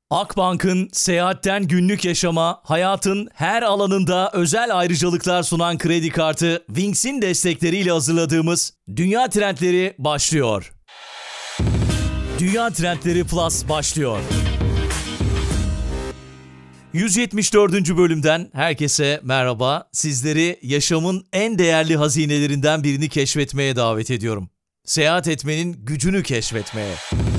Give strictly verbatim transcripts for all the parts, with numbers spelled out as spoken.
Akbank'ın seyahatten günlük yaşama, hayatın her alanında özel ayrıcalıklar sunan kredi kartı Wings'in destekleriyle hazırladığımız Dünya Trendleri başlıyor. Dünya Trendleri Plus başlıyor. yüz yetmiş dördüncü bölümden herkese merhaba. Sizleri yaşamın en değerli hazinelerinden birini keşfetmeye davet ediyorum. Seyahat etmenin gücünü keşfetmeye.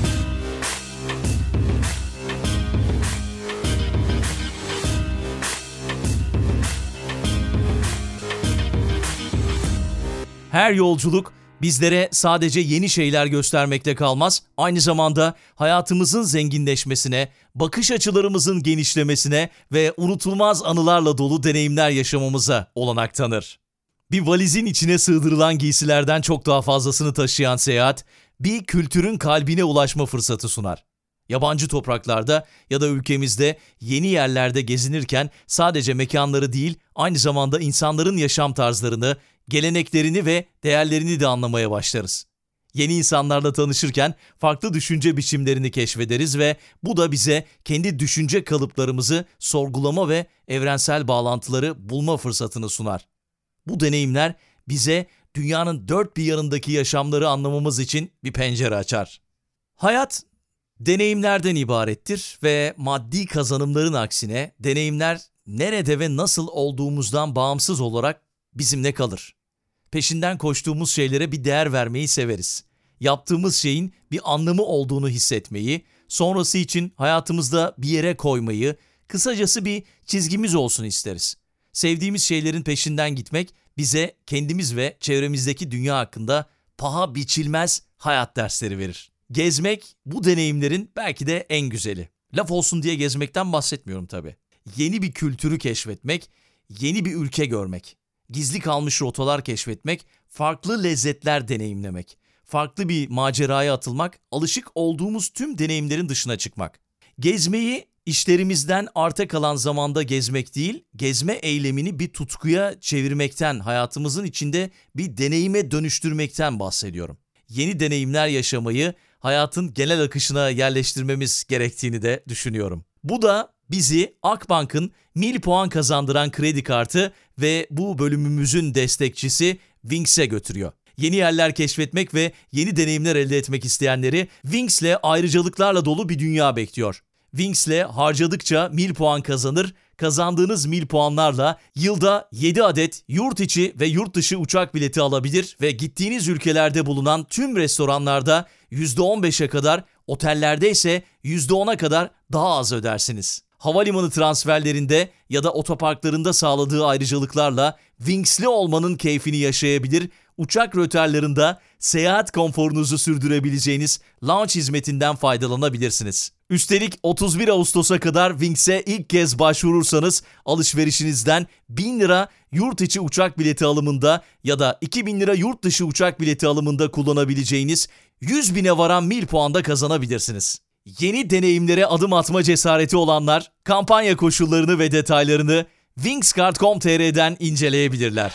Her yolculuk bizlere sadece yeni şeyler göstermekte kalmaz, aynı zamanda hayatımızın zenginleşmesine, bakış açılarımızın genişlemesine ve unutulmaz anılarla dolu deneyimler yaşamamıza olanak tanır. Bir valizin içine sığdırılan giysilerden çok daha fazlasını taşıyan seyahat, bir kültürün kalbine ulaşma fırsatı sunar. Yabancı topraklarda ya da ülkemizde yeni yerlerde gezinirken sadece mekanları değil, aynı zamanda insanların yaşam tarzlarını, geleneklerini ve değerlerini de anlamaya başlarız. Yeni insanlarla tanışırken farklı düşünce biçimlerini keşfederiz ve bu da bize kendi düşünce kalıplarımızı sorgulama ve evrensel bağlantıları bulma fırsatını sunar. Bu deneyimler bize dünyanın dört bir yanındaki yaşamları anlamamız için bir pencere açar. Hayat deneyimlerden ibarettir ve maddi kazanımların aksine deneyimler nerede ve nasıl olduğumuzdan bağımsız olarak bizimle kalır. Peşinden koştuğumuz şeylere bir değer vermeyi severiz. Yaptığımız şeyin bir anlamı olduğunu hissetmeyi, sonrası için hayatımızda bir yere koymayı, kısacası bir çizgimiz olsun isteriz. Sevdiğimiz şeylerin peşinden gitmek bize kendimiz ve çevremizdeki dünya hakkında paha biçilmez hayat dersleri verir. Gezmek bu deneyimlerin belki de en güzeli. Laf olsun diye gezmekten bahsetmiyorum tabii. Yeni bir kültürü keşfetmek, yeni bir ülke görmek, gizli kalmış rotalar keşfetmek, farklı lezzetler deneyimlemek, farklı bir maceraya atılmak, alışık olduğumuz tüm deneyimlerin dışına çıkmak. Gezmeyi işlerimizden arta kalan zamanda gezmek değil, gezme eylemini bir tutkuya çevirmekten, hayatımızın içinde bir deneyime dönüştürmekten bahsediyorum. Yeni deneyimler yaşamayı hayatın genel akışına yerleştirmemiz gerektiğini de düşünüyorum. Bu da bizi Akbank'ın mil puan kazandıran kredi kartı ve bu bölümümüzün destekçisi Wings'e götürüyor. Yeni yerler keşfetmek ve yeni deneyimler elde etmek isteyenleri Wings'le ayrıcalıklarla dolu bir dünya bekliyor. Wings'le harcadıkça mil puan kazanır, kazandığınız mil puanlarla yılda yedi adet yurt içi ve yurt dışı uçak bileti alabilir ve gittiğiniz ülkelerde bulunan tüm restoranlarda yüzde on beşe kadar, otellerde ise yüzde ona kadar daha az ödersiniz. Havalimanı transferlerinde ya da otoparklarında sağladığı ayrıcalıklarla Wings'li olmanın keyfini yaşayabilir, uçak rötarlarında seyahat konforunuzu sürdürebileceğiniz lounge hizmetinden faydalanabilirsiniz. Üstelik otuz bir Ağustos'a kadar Wings'e ilk kez başvurursanız alışverişinizden bin lira yurt içi uçak bileti alımında ya da iki bin lira yurt dışı uçak bileti alımında kullanabileceğiniz yüz bine varan mil puanda kazanabilirsiniz. Yeni deneyimlere adım atma cesareti olanlar kampanya koşullarını ve detaylarını wingskart nokta com nokta tr'den inceleyebilirler.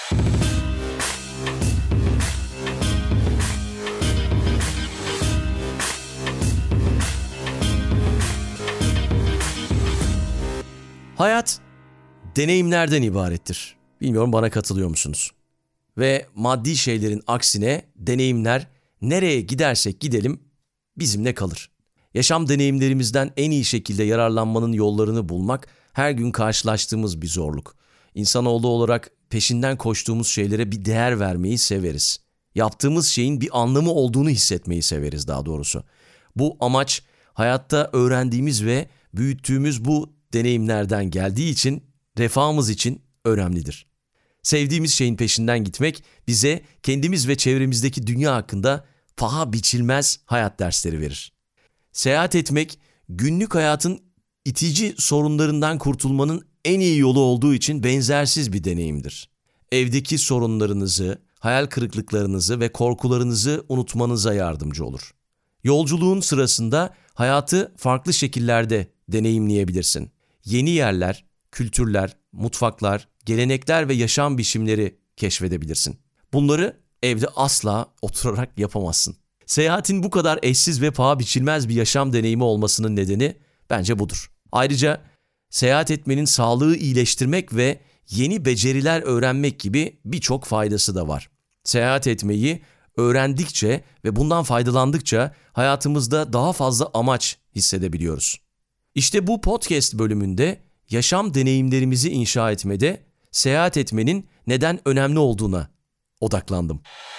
Hayat deneyimlerden ibarettir. Bilmiyorum, bana katılıyor musunuz? Ve maddi şeylerin aksine deneyimler nereye gidersek gidelim bizimle kalır. Yaşam deneyimlerimizden en iyi şekilde yararlanmanın yollarını bulmak her gün karşılaştığımız bir zorluk. İnsanoğlu olarak peşinden koştuğumuz şeylere bir değer vermeyi severiz. Yaptığımız şeyin bir anlamı olduğunu hissetmeyi severiz daha doğrusu. Bu amaç hayatta öğrendiğimiz ve büyüttüğümüz bu deneyimlerden geldiği için refahımız için önemlidir. Sevdiğimiz şeyin peşinden gitmek bize kendimiz ve çevremizdeki dünya hakkında paha biçilmez hayat dersleri verir. Seyahat etmek, günlük hayatın itici sorunlarından kurtulmanın en iyi yolu olduğu için benzersiz bir deneyimdir. Evdeki sorunlarınızı, hayal kırıklıklarınızı ve korkularınızı unutmanıza yardımcı olur. Yolculuğun sırasında hayatı farklı şekillerde deneyimleyebilirsin. Yeni yerler, kültürler, mutfaklar, gelenekler ve yaşam biçimleri keşfedebilirsin. Bunları evde asla oturarak yapamazsın. Seyahatin bu kadar eşsiz ve paha biçilmez bir yaşam deneyimi olmasının nedeni bence budur. Ayrıca seyahat etmenin sağlığı iyileştirmek ve yeni beceriler öğrenmek gibi birçok faydası da var. Seyahat etmeyi öğrendikçe ve bundan faydalandıkça hayatımızda daha fazla amaç hissedebiliyoruz. İşte bu podcast bölümünde yaşam deneyimlerimizi inşa etmede seyahat etmenin neden önemli olduğuna odaklandım.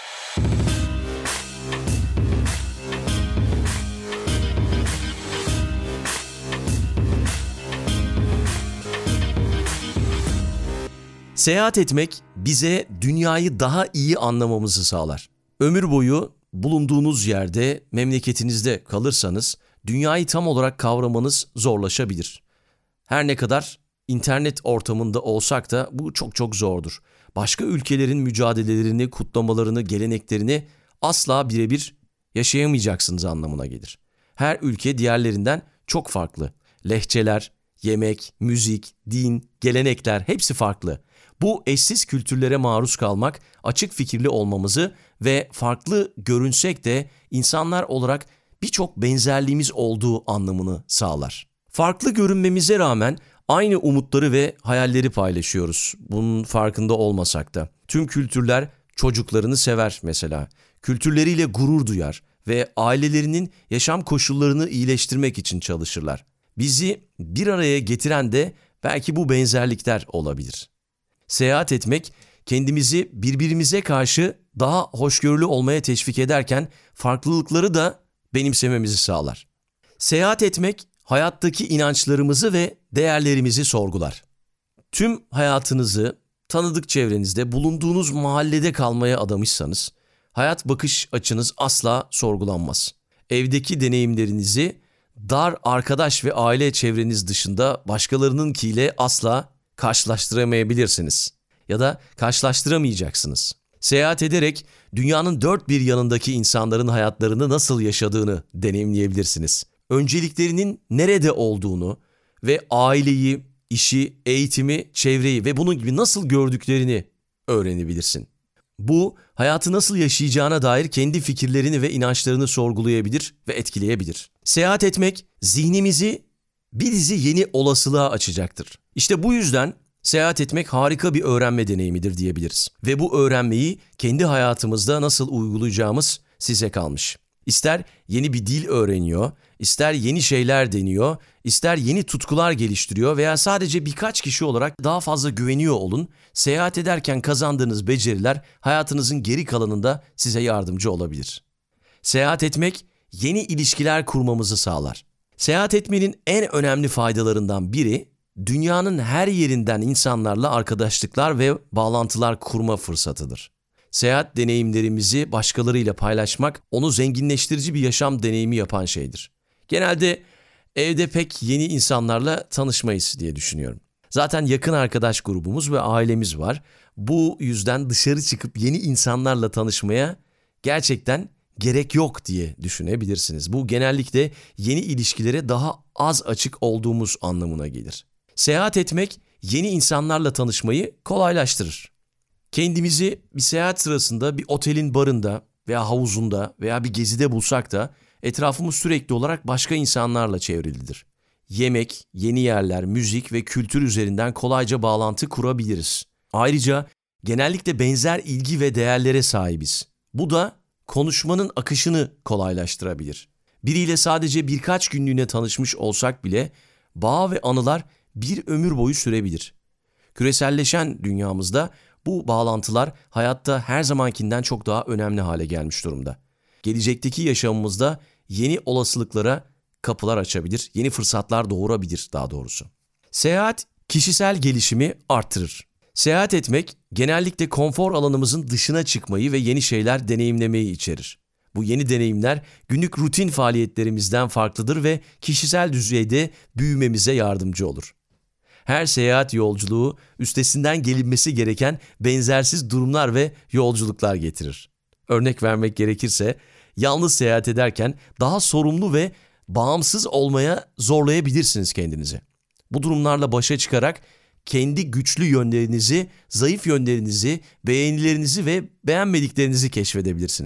Seyahat etmek bize dünyayı daha iyi anlamamızı sağlar. Ömür boyu bulunduğunuz yerde, memleketinizde kalırsanız dünyayı tam olarak kavramanız zorlaşabilir. Her ne kadar internet ortamında olsak da bu çok çok zordur. Başka ülkelerin mücadelelerini, kutlamalarını, geleneklerini asla birebir yaşayamayacaksınız anlamına gelir. Her ülke diğerlerinden çok farklı. Lehçeler, yemek, müzik, din, gelenekler hepsi farklı. Bu eşsiz kültürlere maruz kalmak, açık fikirli olmamızı ve farklı görünsek de insanlar olarak birçok benzerliğimiz olduğu anlamını sağlar. Farklı görünmemize rağmen aynı umutları ve hayalleri paylaşıyoruz. Bunun farkında olmasak da. Tüm kültürler çocuklarını sever mesela. Kültürleriyle gurur duyar ve ailelerinin yaşam koşullarını iyileştirmek için çalışırlar. Bizi bir araya getiren de belki bu benzerlikler olabilir. Seyahat etmek kendimizi birbirimize karşı daha hoşgörülü olmaya teşvik ederken farklılıkları da benimsememizi sağlar. Seyahat etmek hayattaki inançlarımızı ve değerlerimizi sorgular. Tüm hayatınızı tanıdık çevrenizde, bulunduğunuz mahallede kalmaya adamışsanız hayat bakış açınız asla sorgulanmaz. Evdeki deneyimlerinizi dar arkadaş ve aile çevreniz dışında başkalarınınkiyle asla karşılaştıramayabilirsiniz ya da karşılaştıramayacaksınız. Seyahat ederek dünyanın dört bir yanındaki insanların hayatlarını nasıl yaşadığını deneyimleyebilirsiniz. Önceliklerinin nerede olduğunu ve aileyi, işi, eğitimi, çevreyi ve bunun gibi nasıl gördüklerini öğrenebilirsin. Bu, hayatı nasıl yaşayacağına dair kendi fikirlerini ve inançlarını sorgulayabilir ve etkileyebilir. Seyahat etmek zihnimizi bir dizi yeni olasılığa açacaktır. İşte bu yüzden seyahat etmek harika bir öğrenme deneyimidir diyebiliriz. Ve bu öğrenmeyi kendi hayatımızda nasıl uygulayacağımız size kalmış. İster yeni bir dil öğreniyor, ister yeni şeyler deniyor, ister yeni tutkular geliştiriyor veya sadece birkaç kişi olarak daha fazla güveniyor olun. Seyahat ederken kazandığınız beceriler hayatınızın geri kalanında size yardımcı olabilir. Seyahat etmek yeni ilişkiler kurmamızı sağlar. Seyahat etmenin en önemli faydalarından biri, dünyanın her yerinden insanlarla arkadaşlıklar ve bağlantılar kurma fırsatıdır. Seyahat deneyimlerimizi başkalarıyla paylaşmak, onu zenginleştirici bir yaşam deneyimi yapan şeydir. Genelde evde pek yeni insanlarla tanışmayız diye düşünüyorum. Zaten yakın arkadaş grubumuz ve ailemiz var. Bu yüzden dışarı çıkıp yeni insanlarla tanışmaya gerçekten gerek yok diye düşünebilirsiniz. Bu genellikle yeni ilişkilere daha az açık olduğumuz anlamına gelir. Seyahat etmek yeni insanlarla tanışmayı kolaylaştırır. Kendimizi bir seyahat sırasında bir otelin barında veya havuzunda veya bir gezide bulsak da etrafımız sürekli olarak başka insanlarla çevrilidir. Yemek, yeni yerler, müzik ve kültür üzerinden kolayca bağlantı kurabiliriz. Ayrıca genellikle benzer ilgi ve değerlere sahibiz. Bu da konuşmanın akışını kolaylaştırabilir. Biriyle sadece birkaç günlüğüne tanışmış olsak bile bağ ve anılar bir ömür boyu sürebilir. Küreselleşen dünyamızda bu bağlantılar hayatta her zamankinden çok daha önemli hale gelmiş durumda. Gelecekteki yaşamımızda yeni olasılıklara kapılar açabilir, yeni fırsatlar doğurabilir daha doğrusu. Seyahat kişisel gelişimi arttırır. Seyahat etmek genellikle konfor alanımızın dışına çıkmayı ve yeni şeyler deneyimlemeyi içerir. Bu yeni deneyimler günlük rutin faaliyetlerimizden farklıdır ve kişisel düzeyde büyümemize yardımcı olur. Her seyahat yolculuğu üstesinden gelinmesi gereken benzersiz durumlar ve yolculuklar getirir. Örnek vermek gerekirse, yalnız seyahat ederken daha sorumlu ve bağımsız olmaya zorlayabilirsiniz kendinizi. Bu durumlarla başa çıkarak kendi güçlü yönlerinizi, zayıf yönlerinizi, beğenilerinizi ve beğenmediklerinizi keşfedebilirsiniz.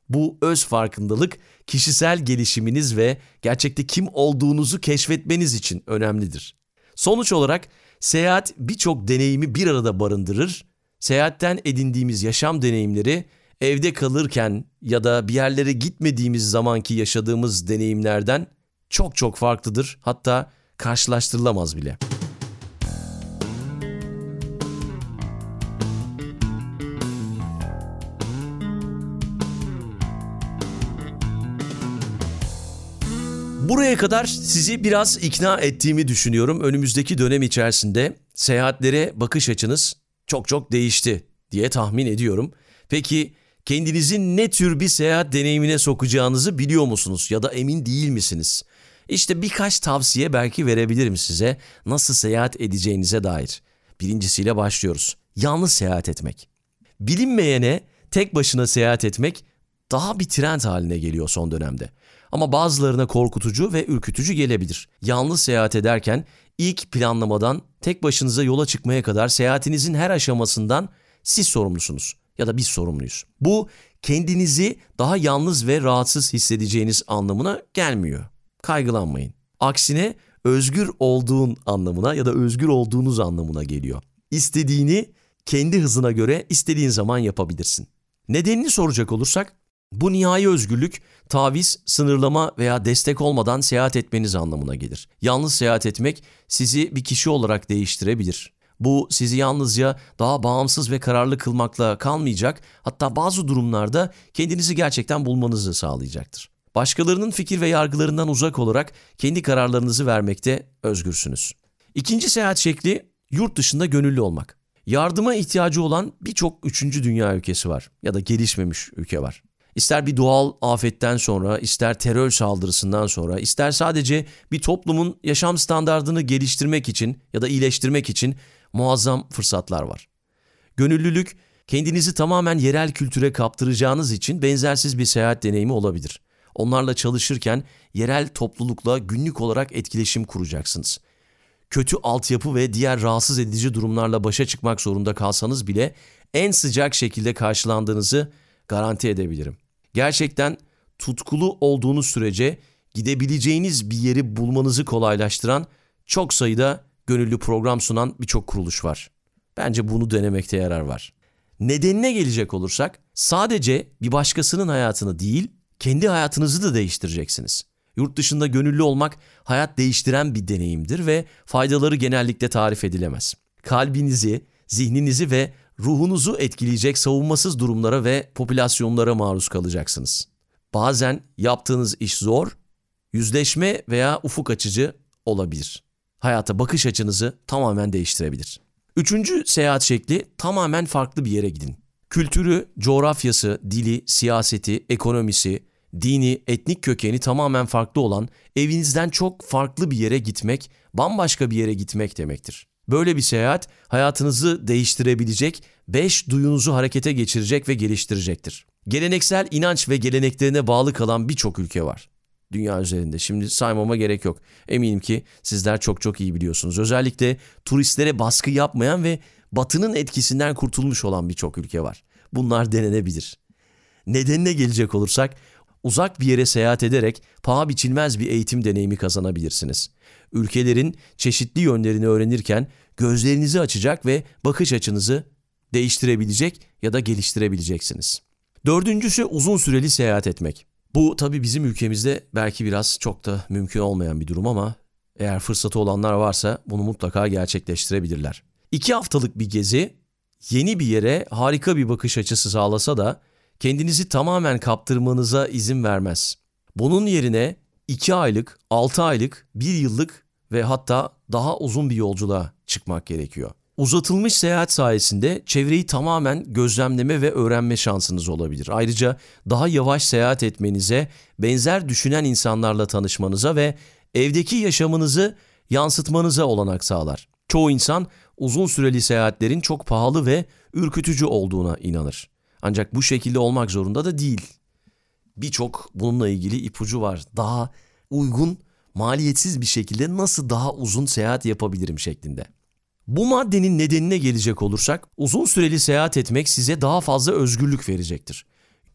Bu öz farkındalık kişisel gelişiminiz ve gerçekte kim olduğunuzu keşfetmeniz için önemlidir. Sonuç olarak seyahat birçok deneyimi bir arada barındırır. Seyahatten edindiğimiz yaşam deneyimleri evde kalırken ya da bir yerlere gitmediğimiz zamanki yaşadığımız deneyimlerden çok çok farklıdır. Hatta karşılaştırılamaz bile. Buraya kadar sizi biraz ikna ettiğimi düşünüyorum. Önümüzdeki dönem içerisinde seyahatlere bakış açınız çok çok değişti diye tahmin ediyorum. Peki kendinizi ne tür bir seyahat deneyimine sokacağınızı biliyor musunuz ya da emin değil misiniz? İşte birkaç tavsiye belki verebilirim size nasıl seyahat edeceğinize dair. Birincisiyle başlıyoruz. Yalnız seyahat etmek. Bilinmeyene tek başına seyahat etmek daha bir trend haline geliyor son dönemde. Ama bazılarına korkutucu ve ürkütücü gelebilir. Yalnız seyahat ederken ilk planlamadan tek başınıza yola çıkmaya kadar seyahatinizin her aşamasından siz sorumlusunuz ya da biz sorumluyuz. Bu kendinizi daha yalnız ve rahatsız hissedeceğiniz anlamına gelmiyor. Kaygılanmayın. Aksine özgür olduğun anlamına ya da özgür olduğunuz anlamına geliyor. İstediğini kendi hızına göre istediğin zaman yapabilirsin. Nedenini soracak olursak, bu nihai özgürlük, taviz, sınırlama veya destek olmadan seyahat etmeniz anlamına gelir. Yalnız seyahat etmek sizi bir kişi olarak değiştirebilir. Bu sizi yalnızca daha bağımsız ve kararlı kılmakla kalmayacak, hatta bazı durumlarda kendinizi gerçekten bulmanızı sağlayacaktır. Başkalarının fikir ve yargılarından uzak olarak kendi kararlarınızı vermekte özgürsünüz. İkinci seyahat şekli, yurt dışında gönüllü olmak. Yardıma ihtiyacı olan birçok üçüncü dünya ülkesi var ya da gelişmemiş ülke var. İster bir doğal afetten sonra, ister terör saldırısından sonra, ister sadece bir toplumun yaşam standardını geliştirmek için ya da iyileştirmek için muazzam fırsatlar var. Gönüllülük, kendinizi tamamen yerel kültüre kaptıracağınız için benzersiz bir seyahat deneyimi olabilir. Onlarla çalışırken yerel toplulukla günlük olarak etkileşim kuracaksınız. Kötü altyapı ve diğer rahatsız edici durumlarla başa çıkmak zorunda kalsanız bile en sıcak şekilde karşılandığınızı garanti edebilirim. Gerçekten tutkulu olduğunuz sürece gidebileceğiniz bir yeri bulmanızı kolaylaştıran çok sayıda gönüllü program sunan birçok kuruluş var. Bence bunu denemekte yarar var. Nedenine gelecek olursak, sadece bir başkasının hayatını değil, kendi hayatınızı da değiştireceksiniz. Yurt dışında gönüllü olmak hayat değiştiren bir deneyimdir ve faydaları genellikle tarif edilemez. Kalbinizi, zihninizi ve ruhunuzu etkileyecek savunmasız durumlara ve popülasyonlara maruz kalacaksınız. Bazen yaptığınız iş zor, yüzleşme veya ufuk açıcı olabilir. Hayata bakış açınızı tamamen değiştirebilir. Üçüncü seyahat şekli, tamamen farklı bir yere gidin. Kültürü, coğrafyası, dili, siyaseti, ekonomisi, dini, etnik kökeni tamamen farklı olan, evinizden çok farklı bir yere gitmek, bambaşka bir yere gitmek demektir. Böyle bir seyahat hayatınızı değiştirebilecek, beş duyunuzu harekete geçirecek ve geliştirecektir. Geleneksel inanç ve geleneklerine bağlı kalan birçok ülke var dünya üzerinde. Şimdi saymama gerek yok. Eminim ki sizler çok çok iyi biliyorsunuz. Özellikle turistlere baskı yapmayan ve Batı'nın etkisinden kurtulmuş olan birçok ülke var. Bunlar denenebilir. Nedenine gelecek olursak, uzak bir yere seyahat ederek paha biçilmez bir eğitim deneyimi kazanabilirsiniz. Ülkelerin çeşitli yönlerini öğrenirken gözlerinizi açacak ve bakış açınızı değiştirebilecek ya da geliştirebileceksiniz. Dördüncüsü, uzun süreli seyahat etmek. Bu tabii bizim ülkemizde belki biraz çok da mümkün olmayan bir durum ama eğer fırsatı olanlar varsa bunu mutlaka gerçekleştirebilirler. İki haftalık bir gezi yeni bir yere harika bir bakış açısı sağlasa da kendinizi tamamen kaptırmanıza izin vermez. Bunun yerine iki aylık, altı aylık, bir yıllık ve hatta daha uzun bir yolculuğa çıkmak gerekiyor. Uzatılmış seyahat sayesinde çevreyi tamamen gözlemleme ve öğrenme şansınız olabilir. Ayrıca daha yavaş seyahat etmenize, benzer düşünen insanlarla tanışmanıza ve evdeki yaşamınızı yansıtmanıza olanak sağlar. Çoğu insan uzun süreli seyahatlerin çok pahalı ve ürkütücü olduğuna inanır. Ancak bu şekilde olmak zorunda da değil. Birçok bununla ilgili ipucu var. Daha uygun, maliyetsiz bir şekilde nasıl daha uzun seyahat yapabilirim şeklinde. Bu maddenin nedenine gelecek olursak, uzun süreli seyahat etmek size daha fazla özgürlük verecektir.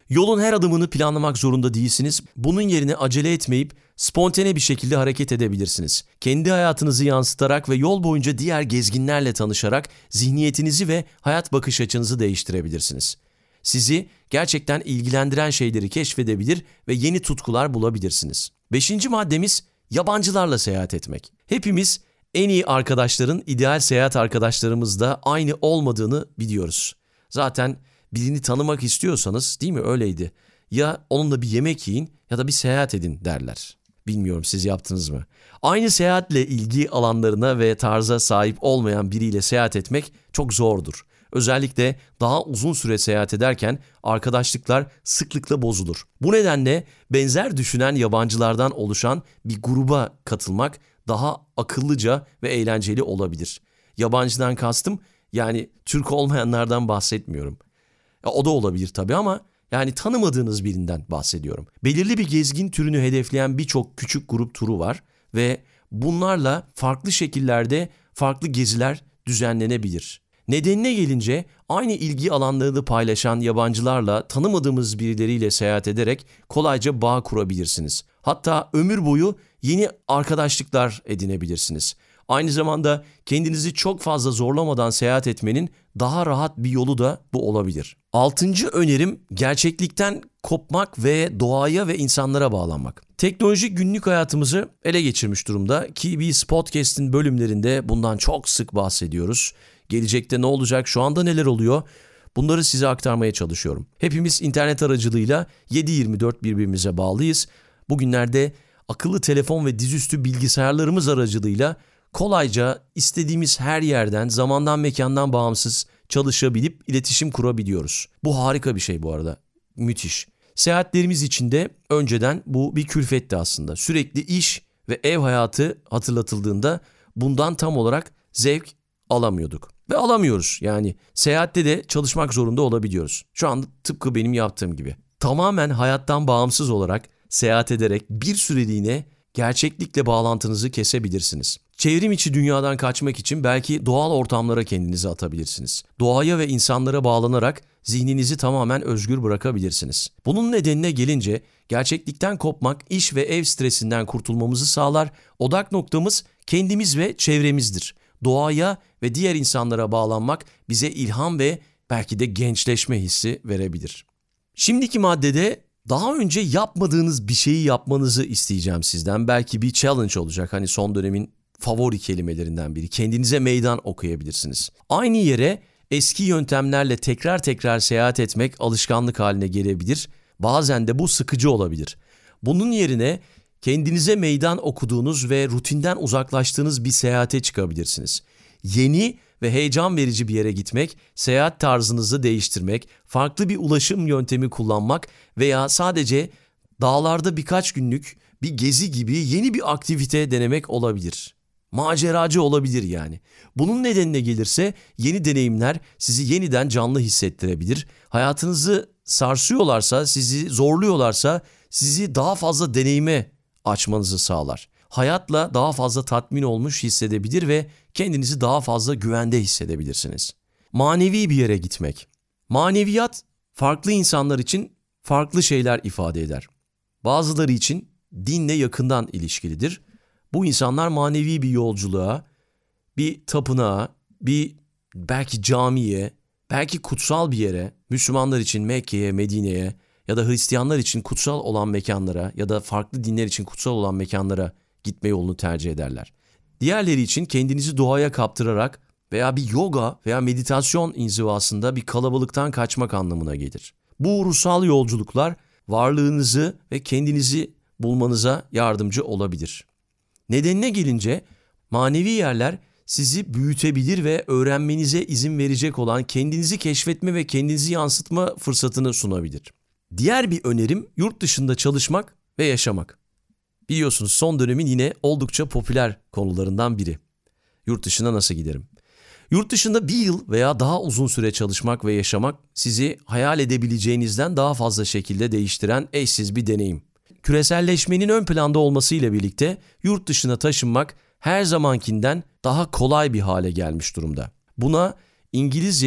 Yolun her adımını planlamak zorunda değilsiniz. Bunun yerine acele etmeyip spontane bir şekilde hareket edebilirsiniz. Kendi hayatınızı yansıtarak ve yol boyunca diğer gezginlerle tanışarak zihniyetinizi ve hayat bakış açınızı değiştirebilirsiniz. Sizi gerçekten ilgilendiren şeyleri keşfedebilir ve yeni tutkular bulabilirsiniz. Beşinci maddemiz yabancılarla seyahat etmek. Hepimiz en iyi arkadaşların ideal seyahat arkadaşlarımızla aynı olmadığını biliyoruz. Zaten birini tanımak istiyorsanız, değil mi, öyleydi. Ya onunla bir yemek yiyin ya da bir seyahat edin derler. Bilmiyorum, siz yaptınız mı? Aynı seyahatle ilgi alanlarına ve tarza sahip olmayan biriyle seyahat etmek çok zordur. Özellikle daha uzun süre seyahat ederken arkadaşlıklar sıklıkla bozulur. Bu nedenle benzer düşünen yabancılardan oluşan bir gruba katılmak daha akıllıca ve eğlenceli olabilir. Yabancıdan kastım, yani Türk olmayanlardan bahsetmiyorum. Ya, o da olabilir tabii ama yani tanımadığınız birinden bahsediyorum. Belirli bir gezgin türünü hedefleyen birçok küçük grup turu var ve bunlarla farklı şekillerde farklı geziler düzenlenebilir. Nedenine gelince aynı ilgi alanlarını paylaşan yabancılarla tanımadığımız birileriyle seyahat ederek kolayca bağ kurabilirsiniz. Hatta ömür boyu yeni arkadaşlıklar edinebilirsiniz. Aynı zamanda kendinizi çok fazla zorlamadan seyahat etmenin daha rahat bir yolu da bu olabilir. Altıncı önerim gerçeklikten kopmak ve doğaya ve insanlara bağlanmak. Teknoloji günlük hayatımızı ele geçirmiş durumda ki biz podcast'in bölümlerinde bundan çok sık bahsediyoruz. Gelecekte ne olacak, şu anda neler oluyor? Bunları size aktarmaya çalışıyorum. Hepimiz internet aracılığıyla yedi yirmi dört birbirimize bağlıyız. Bugünlerde akıllı telefon ve dizüstü bilgisayarlarımız aracılığıyla kolayca istediğimiz her yerden, zamandan mekandan bağımsız çalışabilip iletişim kurabiliyoruz. Bu harika bir şey bu arada. Müthiş. Seyahatlerimiz için de önceden bu bir külfetti aslında. Sürekli iş ve ev hayatı hatırlatıldığında bundan tam olarak zevk alamıyorduk. Ve alamıyoruz. Yani seyahatte de çalışmak zorunda olabiliyoruz. Şu anda tıpkı benim yaptığım gibi. Tamamen hayattan bağımsız olarak seyahat ederek bir süreliğine gerçeklikle bağlantınızı kesebilirsiniz. Çevrim içi dünyadan kaçmak için belki doğal ortamlara kendinizi atabilirsiniz. Doğaya ve insanlara bağlanarak zihninizi tamamen özgür bırakabilirsiniz. Bunun nedenine gelince gerçeklikten kopmak iş ve ev stresinden kurtulmamızı sağlar. Odak noktamız kendimiz ve çevremizdir. Doğaya ve diğer insanlara bağlanmak bize ilham ve belki de gençleşme hissi verebilir. Şimdiki maddede daha önce yapmadığınız bir şeyi yapmanızı isteyeceğim sizden. Belki bir challenge olacak. Hani son dönemin favori kelimelerinden biri. Kendinize meydan okuyabilirsiniz. Aynı yere eski yöntemlerle tekrar tekrar seyahat etmek alışkanlık haline gelebilir. Bazen de bu sıkıcı olabilir. Bunun yerine kendinize meydan okuduğunuz ve rutinden uzaklaştığınız bir seyahate çıkabilirsiniz. Yeni ve heyecan verici bir yere gitmek, seyahat tarzınızı değiştirmek, farklı bir ulaşım yöntemi kullanmak veya sadece dağlarda birkaç günlük bir gezi gibi yeni bir aktivite denemek olabilir. Maceracı olabilir yani. Bunun nedenine gelirse yeni deneyimler sizi yeniden canlı hissettirebilir. Hayatınızı sarsıyorlarsa, sizi zorluyorlarsa sizi daha fazla deneyime açmanızı sağlar. Hayatla daha fazla tatmin olmuş hissedebilir ve kendinizi daha fazla güvende hissedebilirsiniz. Manevi bir yere gitmek. Maneviyat farklı insanlar için farklı şeyler ifade eder. Bazıları için dinle yakından ilişkilidir. Bu insanlar manevi bir yolculuğa, bir tapınağa, bir belki camiye, belki kutsal bir yere, Müslümanlar için Mekke'ye, Medine'ye ya da Hristiyanlar için kutsal olan mekanlara ya da farklı dinler için kutsal olan mekanlara gitme yolunu tercih ederler. Diğerleri için kendinizi doğaya kaptırarak veya bir yoga veya meditasyon inzivasında bir kalabalıktan kaçmak anlamına gelir. Bu ruhsal yolculuklar varlığınızı ve kendinizi bulmanıza yardımcı olabilir. Nedenine gelince manevi yerler sizi büyütebilir ve öğrenmenize izin verecek olan kendinizi keşfetme ve kendinizi yansıtma fırsatını sunabilir. Diğer bir önerim yurt dışında çalışmak ve yaşamak. Biliyorsunuz son dönemin yine oldukça popüler konularından biri. Yurt dışına nasıl giderim? Yurt dışında bir yıl veya daha uzun süre çalışmak ve yaşamak sizi hayal edebileceğinizden daha fazla şekilde değiştiren eşsiz bir deneyim. Küreselleşmenin ön planda olmasıyla birlikte yurt dışına taşınmak her zamankinden daha kolay bir hale gelmiş durumda. Buna İngilizcenin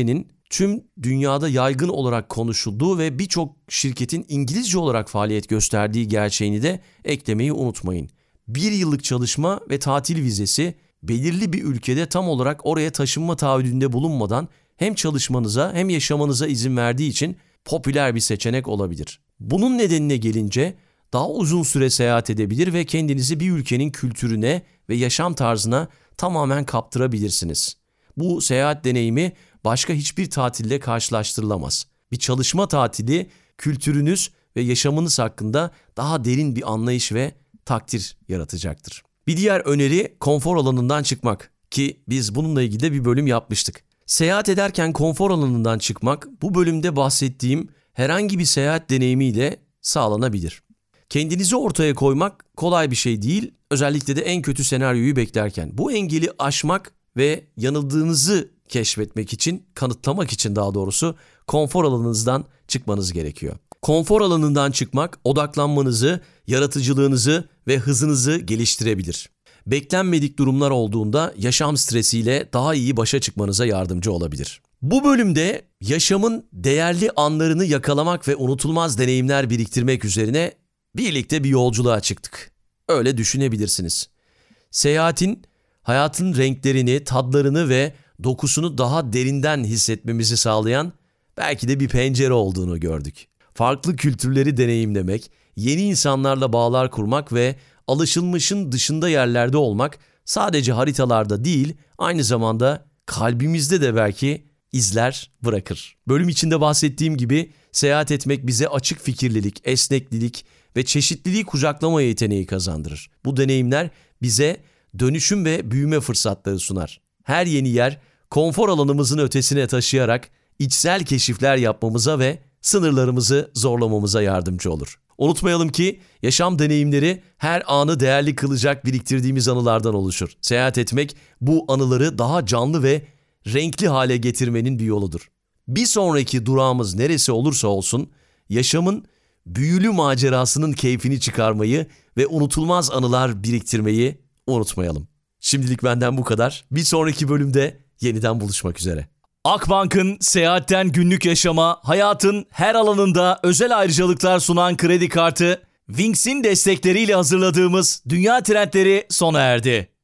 tüm dünyada yaygın olarak konuşulduğu ve birçok şirketin İngilizce olarak faaliyet gösterdiği gerçeğini de eklemeyi unutmayın. Bir yıllık çalışma ve tatil vizesi belirli bir ülkede tam olarak oraya taşınma taahhüdünde bulunmadan hem çalışmanıza hem yaşamanıza izin verdiği için popüler bir seçenek olabilir. Bunun nedenine gelince daha uzun süre seyahat edebilir ve kendinizi bir ülkenin kültürüne ve yaşam tarzına tamamen kaptırabilirsiniz. Bu seyahat deneyimi başka hiçbir tatille karşılaştırılamaz. Bir çalışma tatili kültürünüz ve yaşamınız hakkında daha derin bir anlayış ve takdir yaratacaktır. Bir diğer öneri konfor alanından çıkmak ki biz bununla ilgili de bir bölüm yapmıştık. Seyahat ederken konfor alanından çıkmak bu bölümde bahsettiğim herhangi bir seyahat deneyimiyle sağlanabilir. Kendinizi ortaya koymak kolay bir şey değil, özellikle de en kötü senaryoyu beklerken. Bu engeli aşmak ve yanıldığınızı keşfetmek için, kanıtlamak için daha doğrusu konfor alanınızdan çıkmanız gerekiyor. Konfor alanından çıkmak odaklanmanızı, yaratıcılığınızı ve hızınızı geliştirebilir. Beklenmedik durumlar olduğunda yaşam stresiyle daha iyi başa çıkmanıza yardımcı olabilir. Bu bölümde yaşamın değerli anlarını yakalamak ve unutulmaz deneyimler biriktirmek üzerine birlikte bir yolculuğa çıktık. Öyle düşünebilirsiniz. Seyahatin hayatın renklerini, tadlarını ve dokusunu daha derinden hissetmemizi sağlayan belki de bir pencere olduğunu gördük. Farklı kültürleri deneyimlemek, yeni insanlarla bağlar kurmak ve alışılmışın dışında yerlerde olmak sadece haritalarda değil, aynı zamanda kalbimizde de belki izler bırakır. Bölüm içinde bahsettiğim gibi seyahat etmek bize açık fikirlilik, esneklilik ve çeşitliliği kucaklama yeteneği kazandırır. Bu deneyimler bize dönüşüm ve büyüme fırsatları sunar. Her yeni yer konfor alanımızın ötesine taşıyarak içsel keşifler yapmamıza ve sınırlarımızı zorlamamıza yardımcı olur. Unutmayalım ki yaşam deneyimleri her anı değerli kılacak biriktirdiğimiz anılardan oluşur. Seyahat etmek bu anıları daha canlı ve renkli hale getirmenin bir yoludur. Bir sonraki durağımız neresi olursa olsun yaşamın büyülü macerasının keyfini çıkarmayı ve unutulmaz anılar biriktirmeyi unutmayalım. Şimdilik benden bu kadar. Bir sonraki bölümde yeniden buluşmak üzere. Akbank'ın seyahatten günlük yaşama, hayatın her alanında özel ayrıcalıklar sunan kredi kartı, Wings'in destekleriyle hazırladığımız Dünya Trendleri sona erdi.